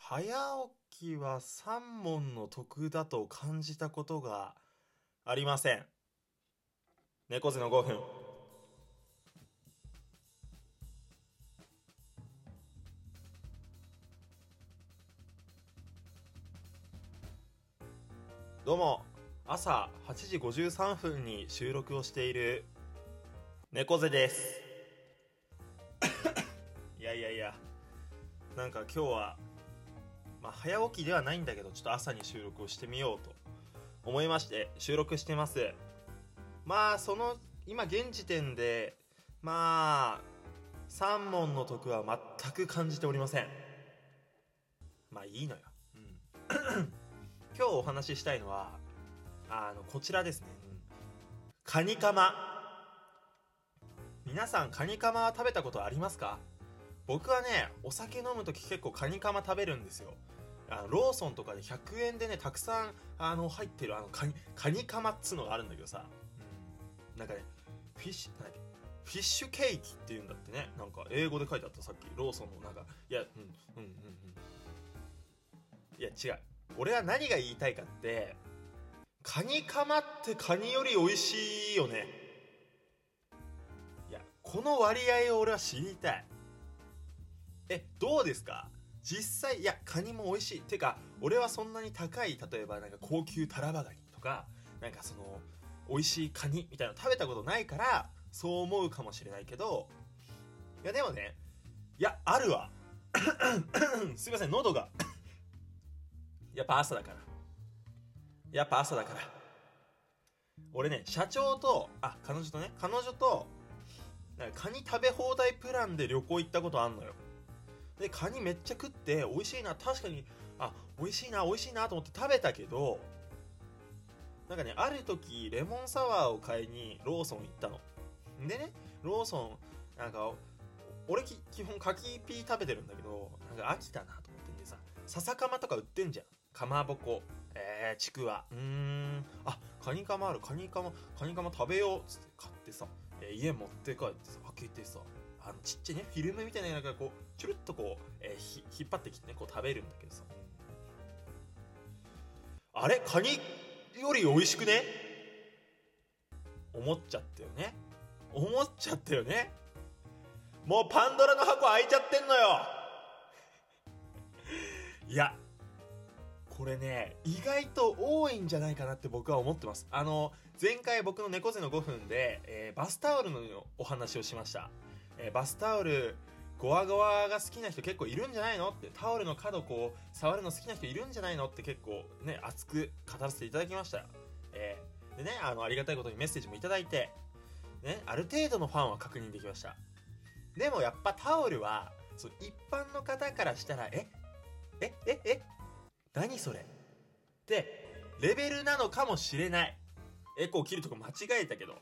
早起きは三問の得だと感じたことがありません。猫背の5分。どうも、朝8時53分に収録をしている猫背です。いや、なんか今日は早起きではないんだけど、ちょっと朝に収録をしてみようと思いまして収録してます。今現時点で3問の得は全く感じておりません。いいのよ、今日お話ししたいのはこちらですね、カニカマ。皆さんカニカマは食べたことありますか？僕はね、お酒飲むとき結構カニカマ食べるんですよ。ローソンとかで100円でね、たくさん入ってるカニカマっつうのがあるんだけどさ、なんかね、フィッシュケーキっていうんだってね。なんか英語で書いてあった。さっきローソンのいや違う。俺は何が言いたいかって、カニカマってカニより美味しいよね。いや、この割合を俺は知りたい。どうですか実際。いや、カニも美味しい。てか俺はそんなに高い、例えば高級タラバガニとか美味しいカニみたいなの食べたことないからそう思うかもしれないけど、いやでもね、あるわ。すいません、喉がやっぱ朝だから俺ね、社長と彼女とカニ食べ放題プランで旅行行ったことあんのよ。でカニめっちゃ食って美味しいな、確かに美味しいなと思って食べたけど、ある時レモンサワーを買いにローソン行ったのでね、ローソン俺基本柿ピー食べてるんだけど、飽きたなと思ってんでさ、笹かまとか売ってんじゃん。かまぼこ、ちくわ、カニカマある、カニカマ食べようっつって買ってさ、家持って帰ってさ、開けてさ、ちっちゃいね、フィルムみたいなのがこうチュルッとこう、引っ張ってきてね、こう食べるんだけどさ、あれカニより美味しくね思っちゃったよね。もうパンドラの箱開いちゃってんのよ。いや、これね、意外と多いんじゃないかなって僕は思ってます。前回僕の猫背の5分で、バスタオルのお話をしました。バスタオルゴワゴワが好きな人結構いるんじゃないのって、タオルの角こう触るの好きな人いるんじゃないのって結構ね、熱く語らせていただきましたよ。でね、ありがたいことにメッセージもいただいてね、ある程度のファンは確認できました。でもやっぱタオルは一般の方からしたら何それってレベルなのかもしれない。エコー切るとこ間違えたけど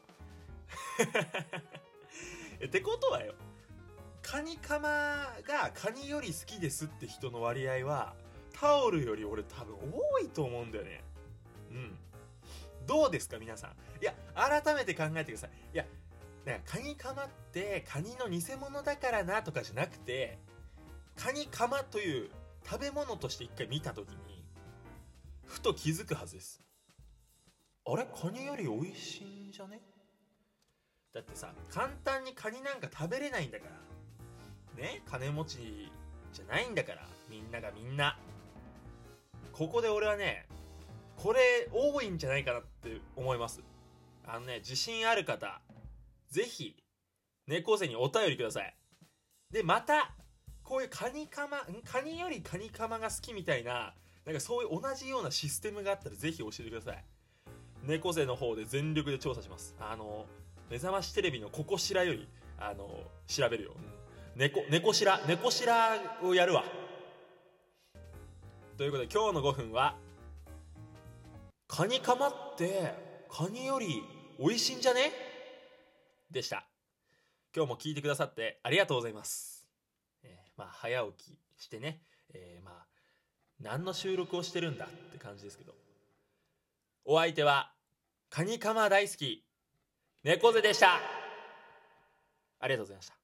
ってことはよ、カニカマがカニより好きですって人の割合はタオルより俺多分多いと思うんだよね。どうですか皆さん。いや、改めて考えてください。いや、カニカマってカニの偽物だからなとかじゃなくて、カニカマという食べ物として一回見た時にふと気づくはずです。あれカニより美味しいんじゃね。だってさ、簡単にカニなんか食べれないんだからね。金持ちじゃないんだから、みんな。ここで俺はね、これ多いんじゃないかなって思います。自信ある方ぜひ猫背にお便りください。でまたこういうカニよりカニカマが好きみたいな、そういう同じようなシステムがあったらぜひ教えてください。猫背の方で全力で調査します。目覚ましテレビのココシラより調べるよ。猫シラをやるわ。ということで今日の5分は、カニカマってカニより美味しいんじゃねでした。今日も聞いてくださってありがとうございます。早起きしてね、何の収録をしてるんだって感じですけど、お相手はカニカマ大好き猫背でした。ありがとうございました。